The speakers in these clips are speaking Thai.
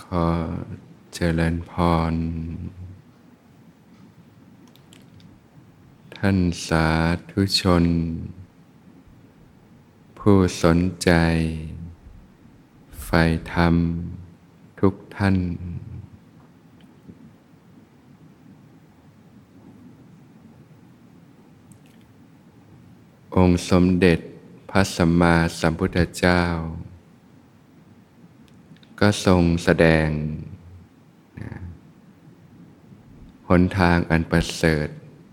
ขอเจริญพรท่านสาธุชนผู้สนใจใฝ่ธรรมทุกท่านองค์สมเด็จพระสัมมาสัมพุทธเจ้าก็ทรงแสดงหนทางอันประเสริฐ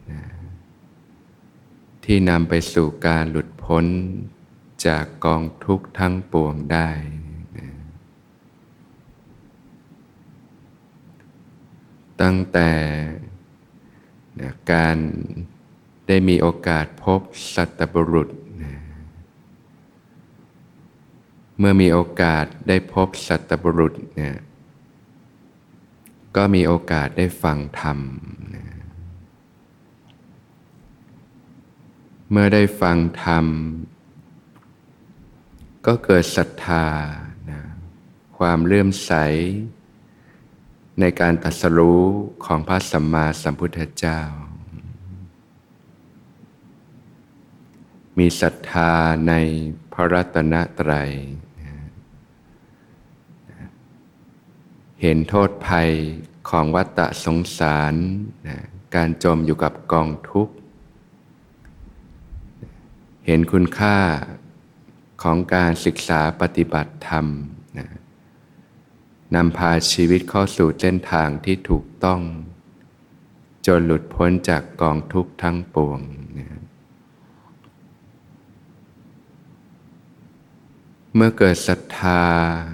ที่นำไปสู่การหลุดพ้นจากกองทุกข์ทั้งปวงได้ตั้งแต่การได้มีโอกาสพบสัตบุรุษเมื่อมีโอกาสได้พบสัตบุรุษเนี่ยก็มีโอกาสได้ฟังธรรมเมื่อได้ฟังธรรมก็เกิดศรัทธาความเลื่อมใสในการตรัสรู้ของพระสัมมาสัมพุทธเจ้ามีศรัทธาในพระรัตนตรัยเห็นโทษภัยของวัฏฏะสงสารการจมอยู่กับกองทุกข์เห็นคุณค่าของการศึกษาปฏิบัติธรรมนำพาชีวิตเข้าสู่เส้นทางที่ถูกต้องจนหลุดพ้นจากกองทุกข์ทั้งปวงเมื่อเกิดศรัทธา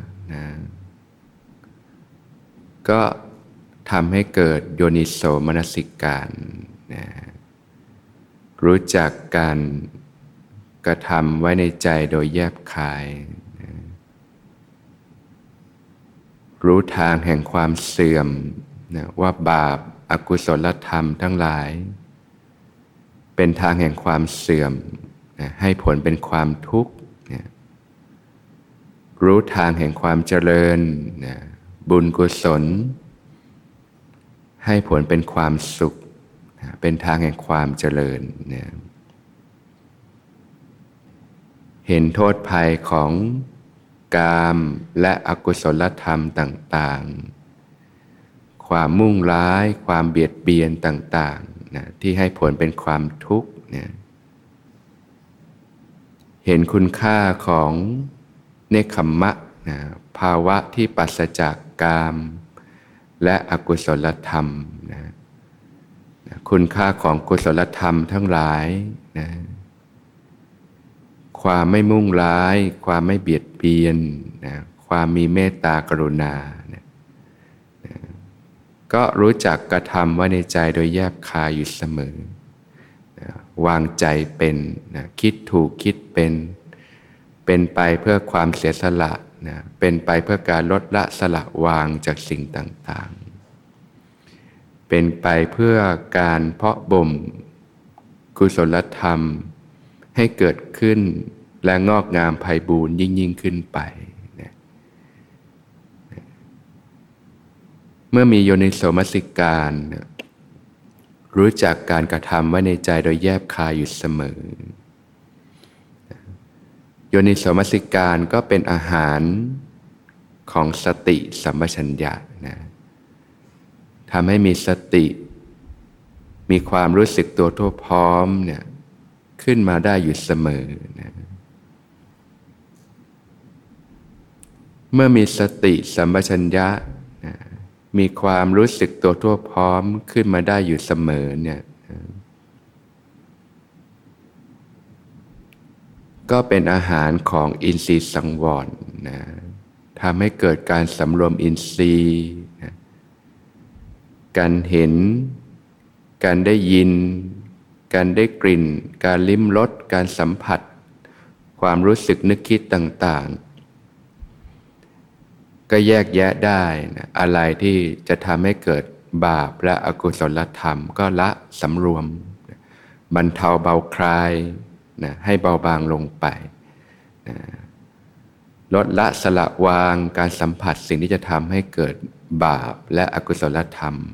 ก็ทำให้เกิดโยนิโสมนสิการรู้จักการกระทำไว้ในใจโดยแยบคายรู้ทางแห่งความเสื่อมว่าบาปอกุศลธรรมทั้งหลายเป็นทางแห่งความเสื่อมให้ผลเป็นความทุกข์รู้ทางแห่งความเจริญบุญกุศลให้ผลเป็นความสุขเป็นทางแห่งความเจริญเห็นโทษภัยของกามและอกุศลธรรมต่างๆความมุ่งร้ายความเบียดเบียนต่างๆที่ให้ผลเป็นความทุกข์เห็นคุณค่าของเนคขัมมะภาวะที่ปราศจากกามและอกุศลธรรมคุณค่าของกุศลธรรมทั้งหลายความไม่มุ่งร้ายความไม่เบียดเบียนความมีเมตตากรุณาก็รู้จักกระทำไว้ในใจโดยแยบคายอยู่เสมอวางใจเป็นคิดถูกคิดเป็นไปเพื่อความเสียสละเป็นไปเพื่อการลดละสละวางจากสิ่งต่างๆเป็นไปเพื่อการเพาะบ่มกุศลธรรมให้เกิดขึ้นและงอกงามไพบูลย์ยิ่งขึ้นไปเมื่อมีโยนิโสมนสิการรู้จักการกระทำไว้ในใจโดยแยบคายอยู่เสมอโยนิโสมนสิการก็เป็นอาหารของสติสัมปชัญญะทำให้มีสติมีความรู้สึกตัวทั่วพร้อมขึ้นมาได้อยู่เสมอเมื่อมีสติสัมปชัญญะมีความรู้สึกตัวทั่วพร้อมขึ้นมาได้อยู่เสมอก็เป็นอาหารของอินทรีย์สังวรทำให้เกิดการสำรวมอินทรีย์การเห็นการได้ยินการได้กลิ่นการลิ้มรสการสัมผัสความรู้สึกนึกคิดต่างๆก็แยกแยะได้อะไรที่จะทำให้เกิดบาปและอกุศลธรรมก็ละสำรวมบรรเทาเบาคลายให้เบาบางลงไปลดละสละวางการสัมผัสสิ่งที่จะทำให้เกิดบาปและอกุศลธรรม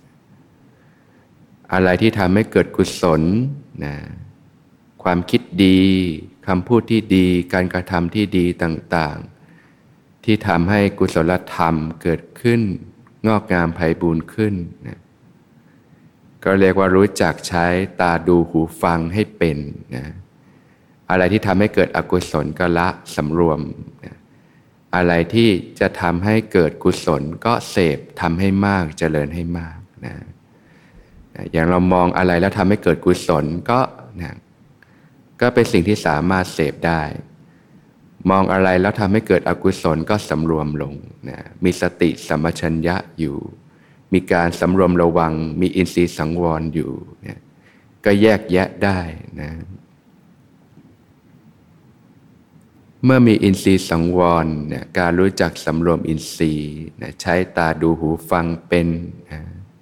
อะไรที่ทำให้เกิดกุศลนะความคิดดีคำพูดที่ดีการกระทำที่ดีต่างๆที่ทำให้กุศลธรรมเกิดขึ้นงอกงามไพบูลย์ขึ้นนะก็เรียกว่ารู้จักใช้ตาดูหูฟังให้เป็นนะอะไรที่ทำให้เกิดอกุศลก็ละสำรวมนะอะไรที่จะทำให้เกิดกุศลก็เสพทำให้มากเจริญให้มากนะอย่างเรามองอะไรแล้วทำให้เกิดกุศลก็นะก็เป็นสิ่งที่สามารถเสพได้มองอะไรแล้วทำให้เกิดอกุศลก็สำรวมลงนะมีสติสัมปชัญญะอยู่มีการสำรวมระวังมีอินทรีย์สังวรอยู่นะก็แยกแยะได้นะเมื่อมีอินทรีย์สังวรนะการรู้จักสำรวมอินทรีย์นะใช้ตาดูหูฟังเป็นนะ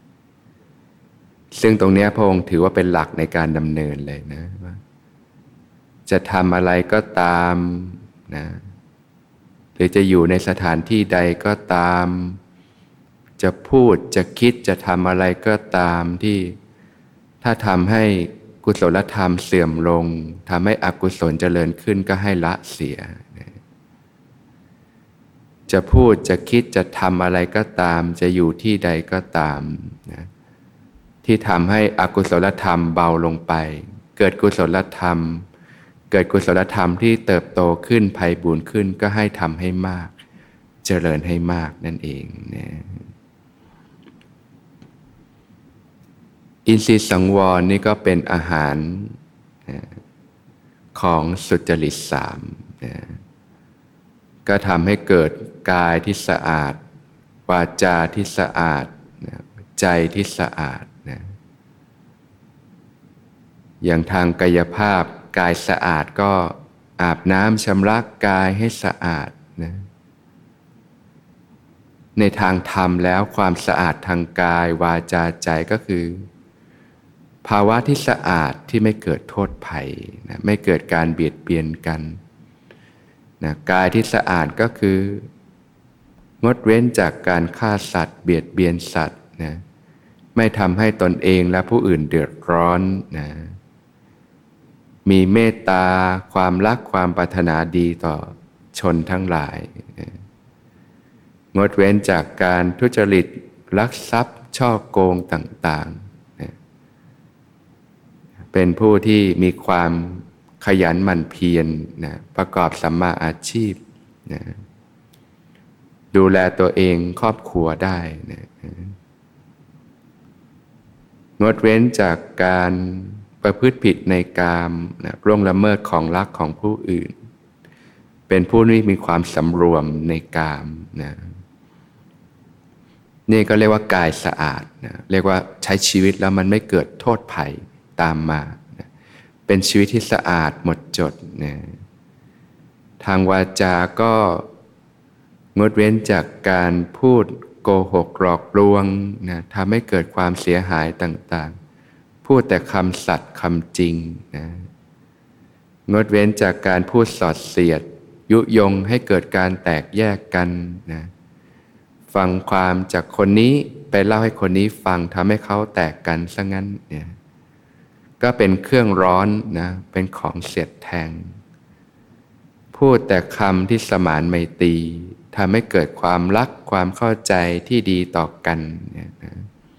ซึ่งตรงนี้พระองค์ถือว่าเป็นหลักในการดำเนินเลยนะว่าจะทำอะไรก็ตามนะหรือจะอยู่ในสถานที่ใดก็ตามจะพูดจะคิดจะทำอะไรก็ตามที่ถ้าทำให้กุศลธรรมเสื่อมลงทำให้อกุศลเจริญขึ้นก็ให้ละเสียนะจะพูดจะคิดจะทำอะไรก็ตามจะอยู่ที่ใดก็ตามนะที่ทำให้อกุศลธรรมเบาลงไปเกิดกุศลธรรมเกิดกุศลธรรมที่เติบโตขึ้นไพบูลย์ขึ้นก็ให้ทำให้มากเจริญให้มากนั่นเองนะอินทรีย์สังวรนี่ก็เป็นอาหารของสุจริตสามนะก็ทำให้เกิดกายที่สะอาดวาจาที่สะอาดนะใจที่สะอาดนะอย่างทางกายภาพกายสะอาดก็อาบน้ำชำระกายให้สะอาดนะในทางธรรมแล้วความสะอาดทางกายวาจาใจก็คือภาวะที่สะอาดที่ไม่เกิดโทษภัยนะไม่เกิดการเบียดเบียนกันนะกายที่สะอาดก็คืองดเว้นจากการฆ่าสัตว์เบียดเบียนสัตว์นะไม่ทำให้ตนเองและผู้อื่นเดือดร้อนนะมีเมตตาความรักความปรารถนาดีต่อชนทั้งหลายนะงดเว้นจากการทุจริตลักทรัพย์ฉ้อโกงต่างๆนะเป็นผู้ที่มีความขยันหมั่นเพียรนะประกอบสัมมาอาชีพนะดูแลตัวเองครอบครัวได้นะงดเว้นจากการประพฤติผิดในกามนะล่วงละเมิดของรักของผู้อื่นเป็นผู้ที่มีความสำรวมในกามนะนี่ก็เรียกว่ากายสะอาดนะเรียกว่าใช้ชีวิตแล้วมันไม่เกิดโทษภัยตามมานะเป็นชีวิตที่สะอาดหมดจดนะทางวาจาก็งดเว้นจากการพูดโกหกหลอกลวงนะทำให้เกิดความเสียหายต่างๆพูดแต่คำสัตย์คำจริงนะงดเว้นจากการพูดสอดเสียดยุยงให้เกิดการแตกแยกกันนะฟังความจากคนนี้ไปเล่าให้คนนี้ฟังทำให้เขาแตกกันซะงั้นเนี่ยก็เป็นเครื่องร้อนนะเป็นของเสียดแทงพูดแต่คำที่สมานไมตรีทำให้เกิดความรักความเข้าใจที่ดีต่อกันเนี่ยนะ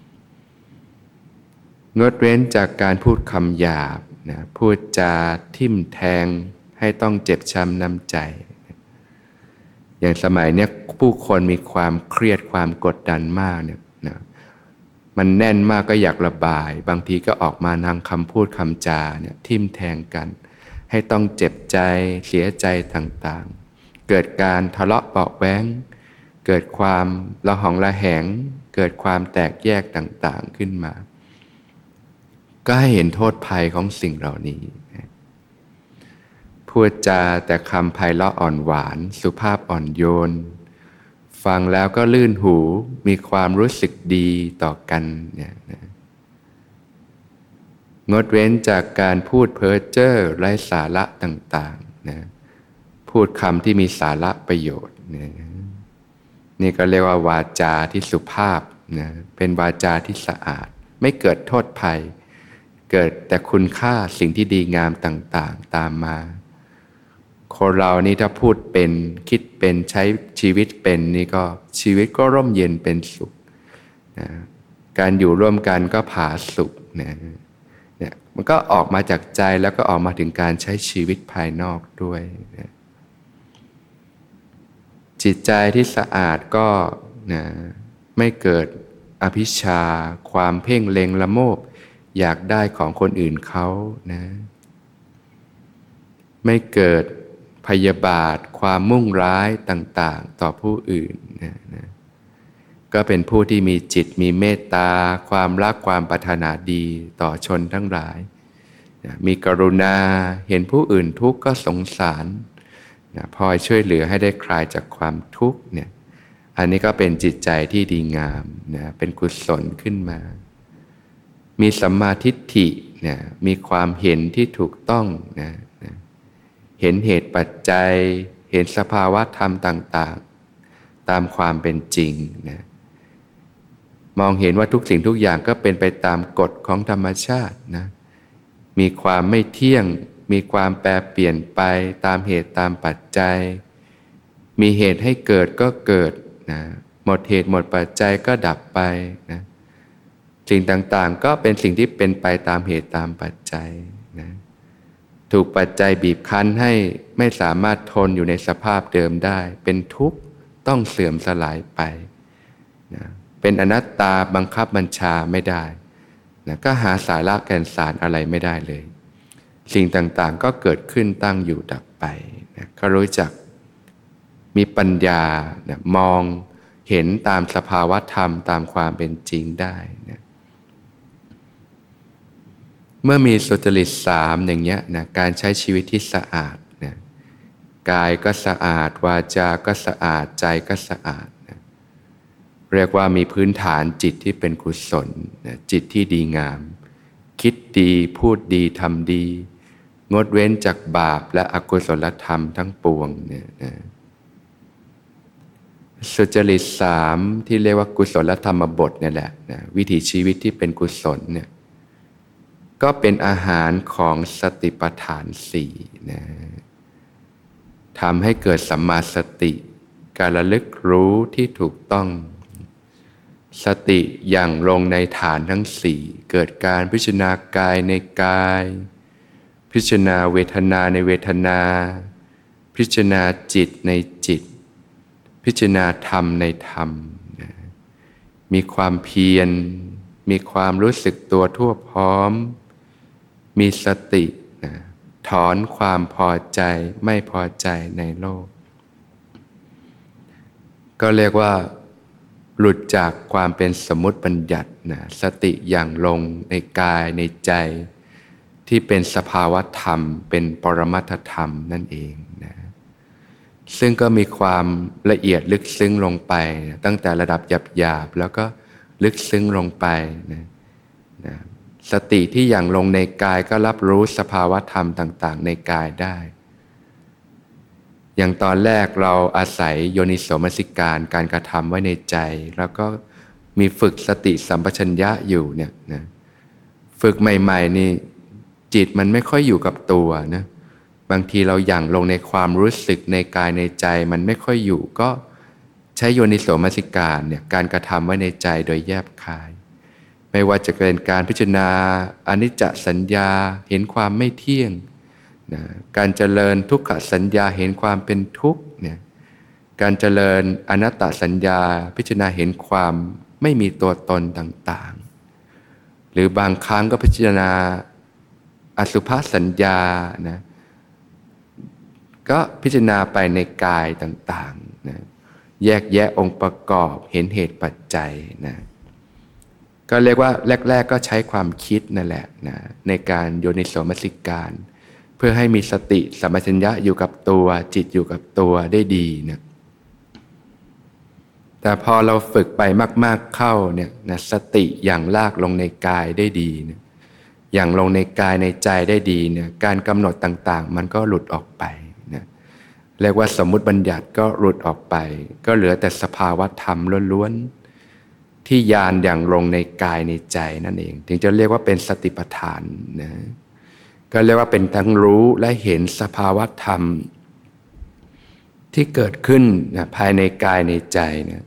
งดเว้นจากการพูดคำหยาบนะพูดจาทิ่มแทงให้ต้องเจ็บช้ำน้ำใจอย่างสมัยเนี้ยผู้คนมีความเครียดความกดดันมากเนี่ยนะมันแน่นมากก็อยากระบายบางทีก็ออกมาทางคำพูดคำจาเนี่ยทิ่มแทงกันให้ต้องเจ็บใจเสียใจต่างๆเกิดการทะเลาะเบาะแว้งเกิดความระหองระแหงเกิดความแตกแยกต่างๆขึ้นมาก็ให้เห็นโทษภัยของสิ่งเหล่านี้พูดจาแต่คำไพเราะอ่อนหวานสุภาพอ่อนโยนฟังแล้วก็ลื่นหูมีความรู้สึกดีต่อกันเนี่ยนะงดเว้นจากการพูดเพ้อเจ้อไร้สาระต่างๆนะพพูดคำที่มีสาระประโยชน์นะนี่ก็เรียกว่าวาจาที่สุภาพนะเป็นวาจาที่สะอาดไม่เกิดโทษภัยเกิดแต่คุณค่าสิ่งที่ดีงามต่างๆตามมาคนเรานี่ถ้าพูดเป็นคิดเป็นใช้ชีวิตเป็นนี่ก็ชีวิตก็ร่มเย็นเป็นสุขนะการอยู่ร่วมกันก็ผาสุกนะเนี่ยมันก็ออกมาจากใจแล้วก็ออกมาถึงการใช้ชีวิตภายนอกด้วยนะจิตใจที่สะอาดก็นะไม่เกิดอภิชาความเพ่งเล็งละโมบอยากได้ของคนอื่นเขานะไม่เกิดพยาบาทความมุ่งร้ายต่างๆต่อผู้อื่นนะก็เป็นผู้ที่มีจิตมีเมตตาความรักความปรารถนาดีต่อชนทั้งหลายนะมีกรุณาเห็นผู้อื่นทุกข์ก็สงสารนะพอยช่วยเหลือให้ได้คลายจากความทุกข์เนี่ยอันนี้ก็เป็นจิตใจที่ดีงามนะเป็นกุศลขึ้นมามีสัมมาทิฏฐินะมีความเห็นที่ถูกต้องนะเห็นเหตุปัจจัยเห็นสภาวะธรรมต่างๆตามความเป็นจริงนะมองเห็นว่าทุกสิ่งทุกอย่างก็เป็นไปตามกฎของธรรมชาตินะมีความไม่เที่ยงมีความแปรเปลี่ยนไปตามเหตุตามปัจจัยมีเหตุให้เกิดก็เกิดนะหมดเหตุหมดปัจจัยก็ดับไปนะสิ่งต่างๆก็เป็นสิ่งที่เป็นไปตามเหตุตามปัจจัยนะถูกปัจจัยบีบคั้นให้ไม่สามารถทนอยู่ในสภาพเดิมได้เป็นทุกข์ต้องเสื่อมสลายไปนะเป็นอนัตตาบังคับบัญชาไม่ได้นะก็หาสาระแก่นสารอะไรไม่ได้เลยสิ่งต่างๆก็เกิดขึ้นตั้งอยู่ดับไปนะก็รู้จักมีปัญญานะมองเห็นตามสภาวะธรรมตามความเป็นจริงได้นะเมื่อมีสุจริต3อย่างเงี้ยนะการใช้ชีวิตที่สะอาดนะกายก็สะอาดวาจาก็สะอาดใจก็สะอาดนะเรียกว่ามีพื้นฐานจิตที่เป็นกุศลนะจิตที่ดีงามคิดดีพูดดีทำดีงดเว้นจากบาปและอกุศลธรรมทั้งปวงเนี่ยนะสุจริต3ที่เรียกว่ากุศลธรรมบทเนี่ยแหละนะวิถีชีวิตที่เป็นกุศลเนี่ยก็เป็นอาหารของสติปัฏฐาน4นะทำให้เกิดสัมมาสติการระลึกรู้ที่ถูกต้องสติอย่างลงในฐานทั้ง4เกิดการพิจารณากายในกายพิจารณาเวทนาในเวทนาพิจารณาจิตในจิตพิจารณาธรรมในธรรมนะมีความเพียรมีความรู้สึกตัวทั่วพร้อมมีสตินะถอนความพอใจไม่พอใจในโลกก็เรียกว่าหลุดจากความเป็นสมมุติบัญญัตินะสติอย่างลงในกายในใจที่เป็นสภาวะธรรมเป็นปรมัตถธรรมนั่นเองนะซึ่งก็มีความละเอียดลึกซึ้งลงไปนะตั้งแต่ระดับหยาบๆแล้วก็ลึกซึ้งลงไปนะสติที่อย่างลงในกายก็รับรู้สภาวะธรรมต่างๆในกายได้อย่างตอนแรกเราอาศัยโยนิโสมนสิการการกระทำไว้ในใจแล้วก็มีฝึกสติสัมปชัญญะอยู่เนี่ยนะฝึกใหม่ๆนี่จิตมันไม่ค่อยอยู่กับตัวนะบางทีเราหยั่งลงในความรู้สึกในกายในใจมันไม่ค่อยอยู่ก็ใช้โยนิโสมนสิการเนี่ยการกระทำไว้ในใจโดยแยบคายไม่ว่าจะเป็นการพิจารณาอนิจจสัญญาเห็นความไม่เที่ยงนะการเจริญทุกขสัญญาเห็นความเป็นทุกข์เนี่ยการเจริญอนัตตสัญญาพิจารณาเห็นความไม่มีตัวตนต่างๆหรือบางครั้งก็พิจารณาอสุภสัญญานะก็พิจารณาไปในกายต่างๆนะแยกแยะองค์ประกอบเห็นเหตุปัจจัยนะก็เรียกว่าแรกๆก็ใช้ความคิดนั่นแหละนะในการโยนิโสมนสิการเพื่อให้มีสติสัมปชัญญะอยู่กับตัวจิตอยู่กับตัวได้ดีนะแต่พอเราฝึกไปมากๆเข้าเนี่ยนะสติอย่างลากลงในกายได้ดีนะอย่างลงในกายในใจได้ดีเนี่ยการกำหนดต่างๆมันก็หลุดออกไปนะเรียกว่าสมมุติบัญญัติก็หลุดออกไปก็เหลือแต่สภาวะธรรมล้วนๆที่ญาณอย่างลงในกายในใจนั่นเองถึงจะเรียกว่าเป็นสติปัฏฐานนะก็เรียกว่าเป็นทั้งรู้และเห็นสภาวะธรรมที่เกิดขึ้นนะภายในกายในใจนะ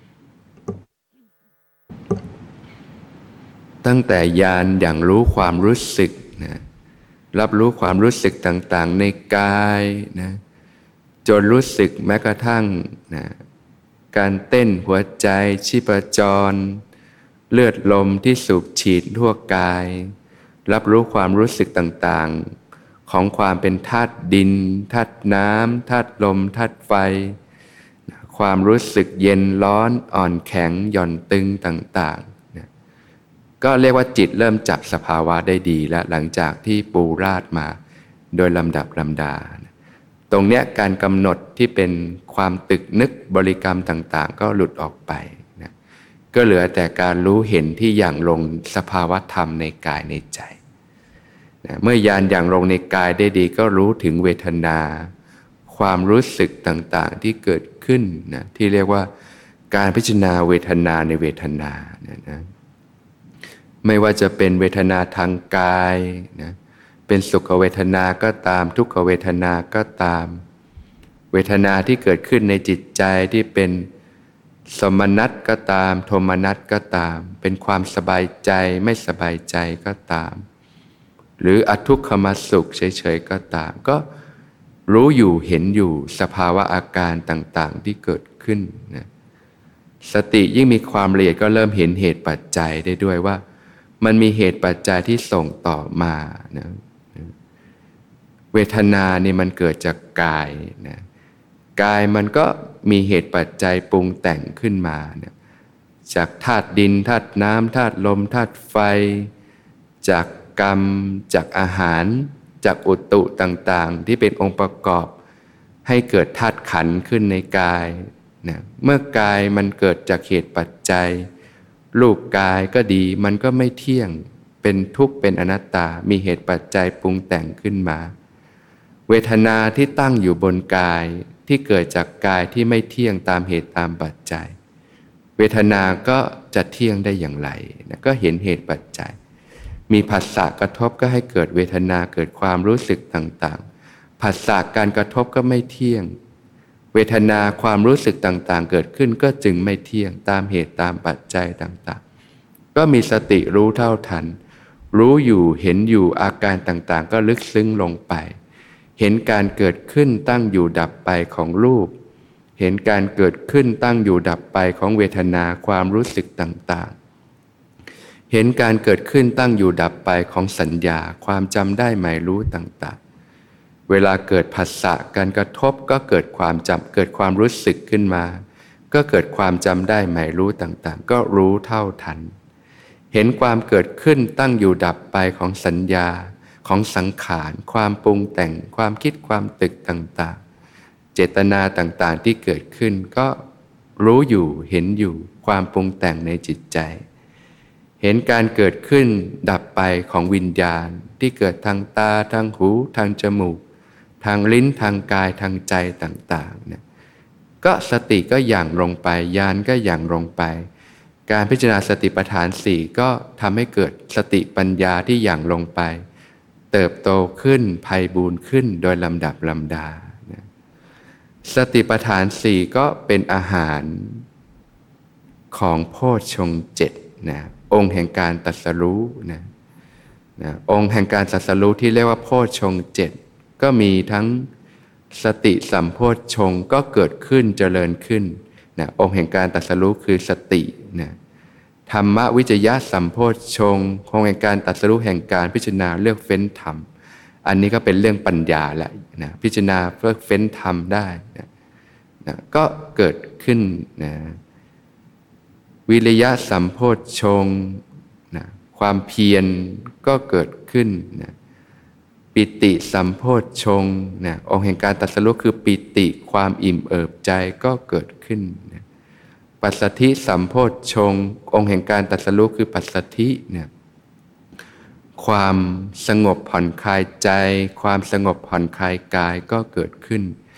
ตั้งแต่ญาณอย่างรู้ความรู้สึกนะรับรู้ความรู้สึกต่างๆในกายนะจนรู้สึกแม้กระทั่งนะการเต้นหัวใจชีพจรเลือดลมที่สูบฉีดทั่วกายรับรู้ความรู้สึกต่างๆของความเป็นธาตุดินธาตุน้ำธาตุลมธาตุไฟความรู้สึกเย็นร้อนอ่อนแข็งหย่อนตึงต่างๆนะก็เรียกว่าจิตเริ่มจับสภาวะได้ดีแล้วหลังจากที่ปูราดมาโดยลำดับลำดาตรงเนี้ยการกำหนดที่เป็นความตึกนึกบริกรรมต่างๆก็หลุดออกไปนะก็เหลือแต่การรู้เห็นที่อย่างลงสภาวะธรรมในกายในใจนะเมื่อญาณอย่างลงในกายได้ดีก็รู้ถึงเวทนาความรู้สึกต่างๆที่เกิดขึ้นนะที่เรียกว่าการพิจารณาเวทนาในเวทนานะไม่ว่าจะเป็นเวทนาทางกายนะเป็นสุขเวทนาก็ตามทุกขเวทนาก็ตามเวทนาที่เกิดขึ้นในจิตใจที่เป็นสมนัตก็ตามโทมนัสก็ตามเป็นความสบายใจไม่สบายใจก็ตามหรืออทุกขมสุขเฉยๆก็ตามก็รู้อยู่เห็นอยู่สภาวะอาการต่างๆที่เกิดขึ้นนะสติยิ่งมีความละเอียดก็เริ่มเห็นเหตุปัจจัยได้ด้วยว่ามันมีเหตุปัจจัยที่ส่งต่อมานะเวทนานี่มันเกิดจากกายนะกายมันก็มีเหตุปัจจัยปรุงแต่งขึ้นมานะจากธาตุดินธาตุน้ำธาตุลมธาตุไฟจากกรรมจากอาหารจากอุตุต่างๆที่เป็นองค์ประกอบให้เกิดธาตุขันธ์ขึ้นในกายนะเมื่อกายมันเกิดจากเหตุปัจจัยรูปกายก็ดีมันก็ไม่เที่ยงเป็นทุกข์เป็นอนัตตามีเหตุปัจจัยปรุงแต่งขึ้นมาเวทนาที่ตั้งอยู่บนกายที่เกิดจากกายที่ไม่เที่ยงตามเหตุตามปัจจัยเวทนาก็จะเที่ยงได้อย่างไรนะก็เห็นเหตุปัจจัยมีผัสสะกระทบก็ให้เกิดเวทนาเกิดความรู้สึกต่างๆผัสสะการกระทบก็ไม่เที่ยงเวทนาความรู้สึกต่างๆเกิดขึ้นก็จึงไม่เที่ยงตามเหตุตามปัจจัยต่างๆก็มีสติรู้เท่าทันรู้อยู่เห็นอยู่อาการต่างๆก็ลึกซึ้งลงไปเห็นการเกิดขึ้นตั้งอยู่ดับไปของรูปเห็นการเกิดขึ้นตั้งอยู่ดับไปของเวทนาความรู้สึกต่างๆเห็นการเกิดขึ้นตั้งอยู่ดับไปของสัญญาความจำได้หมายรู้ต่างๆเวลาเกิดผัสสะการกระทบก็เกิดความจำเกิดความรู้สึกขึ้นมาก็เกิดความจำได้หมายรู้ต่างๆก็รู้เท่าทันเห็นความเกิดขึ้นตั้งอยู่ดับไปของสัญญาของสังขารความปรุงแต่งความคิดความตึกต่างๆเจตนาต่างๆที่เกิดขึ้นก็รู้อยู่เห็นอยู่ความปรุงแต่งในจิตใจเห็นการเกิดขึ้นดับไปของวิญญาณที่เกิดทางตาทางหูทางจมูกทางลิ้นทางกายทางใจต่างๆเนี่ยก็สติก็หยั่งลงไปญาณก็หยั่งลงไปการพิจารณาสติปัฏฐาน4ก็ทำให้เกิดสติปัญญาที่หยั่งลงไปเติบโตขึ้นไพบูรย์ขึ้นโดยลำดับลำดาสติปัฏฐาน4ก็เป็นอาหารของโพชฌงค์7นะองค์แห่งการตรัสรู้นะองค์แห่งการตรัสรู้ที่เรียกว่าโพชฌงค์7ก็มีทั้งสติสัมโพชฌงค์ก็เกิดขึ้นเจริญขึ้นนะองค์แห่งการตรัสรู้คือสตินะธรรมวิจยะสัมโพชฌงค์องค์แห่งการตรัสรู้แห่งการพิจารณาเลือกเฟ้นธรรมอันนี้ก็เป็นเรื่องปัญญาแหละนะพิจารณาเลือกเฟ้นธรรมได้นะก็เกิดขึ้นนะวิริยะสัมโพชฌงค์นะความเพียรก็เกิดขึ้นนะปิติสัมโพชฌงค์นะองค์แห่งการตรัสรู้คือปิติความอิ่มเอิบใจก็เกิดขึ้นนะปัสสัทธิสัมโพชฌงค์องค์แห่งการตรัสรู้คือปัสสัทธิเนี่ยความสงบผ่อนคลายใจความสงบผ่อนคลายกายก็เกิดขึ้น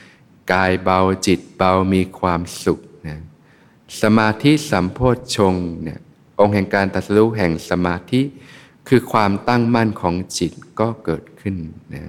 กายเบาจิตเบามีความสุขนะสมาธิสัมโพชฌงค์เนี่ยองค์แห่งการตรัสรู้แห่งสมาธิคือความตั้งมั่นของจิตก็เกิดขึ้นนะ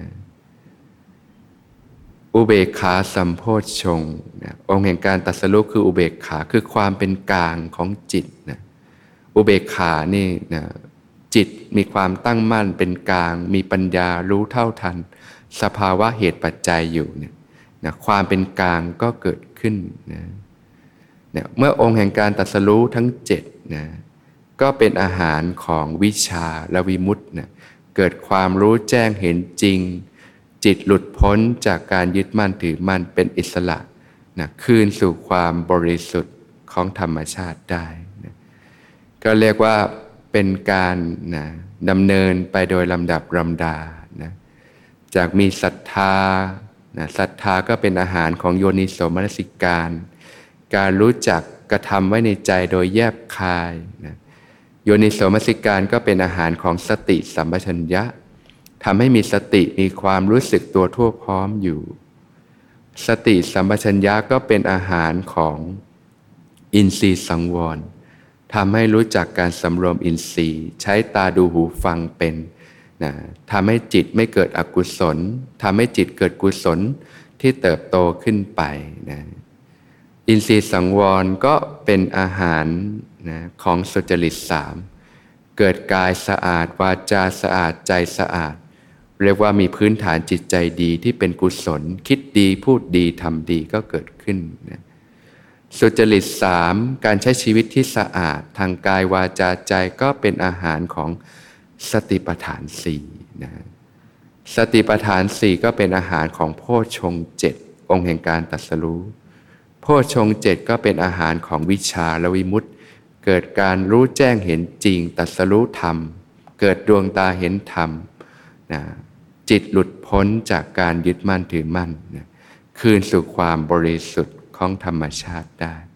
อุเบกขาสัมโพชฌงค์นะองค์แห่งการตรัสรู้คืออุเบกขาคือความเป็นกลางของจิตนะอุเบกขานี่นะจิตมีความตั้งมั่นเป็นกลางมีปัญญารู้เท่าทันสภาวะเหตุปัจจัยอยู่เนี่ยนะความเป็นกลางก็เกิดขึ้นนะเมื่อองค์แห่งการตรัสรู้ทั้ง7นะก็เป็นอาหารของวิชาและวิมุตตินะเกิดความรู้แจ้งเห็นจริงจิตหลุดพ้นจากการยึดมั่นถือมั่นเป็นอิสระนะคืนสู่ความบริสุทธิ์ของธรรมชาติได้นะก็เรียกว่าเป็นการนะดำเนินไปโดยลำดับลำดานะจากมีศรัทธานะศรัทธาก็เป็นอาหารของโยนิโสมนสิการการรู้จักกระทำไว้ในใจโดยแยบคายนะโยนิโสมนสิการก็เป็นอาหารของสติสัมปชัญญะทำให้มีสติมีความรู้สึกตัวทั่วพร้อมอยู่สติสัมปชัญญะก็เป็นอาหารของอินทรีย์สังวรทำให้รู้จักการสำรวมอินทรีย์ใช้ตาดูหูฟังเป็นนะทำให้จิตไม่เกิดอกุศลทำให้จิตเกิดกุศลที่เติบโตขึ้นไปนะอินทรีย์สังวรก็เป็นอาหารนะของสุจริต3เกิดกายสะอาดวาจาสะอาดใจสะอาดเรียกว่ามีพื้นฐานจิตใจดีที่เป็นกุศลคิดดีพูดดีทำดีก็เกิดขึ้นนะสุจริต3การใช้ชีวิตที่สะอาดทางกายวาจาใจก็เป็นอาหารของสติปัฏฐาน4นะสติปัฏฐาน4ก็เป็นอาหารของโพชฌงค์7องค์แห่งการตรัสรู้โพชฌงค์7ก็เป็นอาหารของวิชาและวิมุตติเกิดการรู้แจ้งเห็นจริงตรัสรู้ธรรมเกิดดวงตาเห็นธรรมนะจิตหลุดพ้นจากการยึดมั่นถือมั่นนะคืนสู่ความบริสุทธิ์ของธรรมชาติได้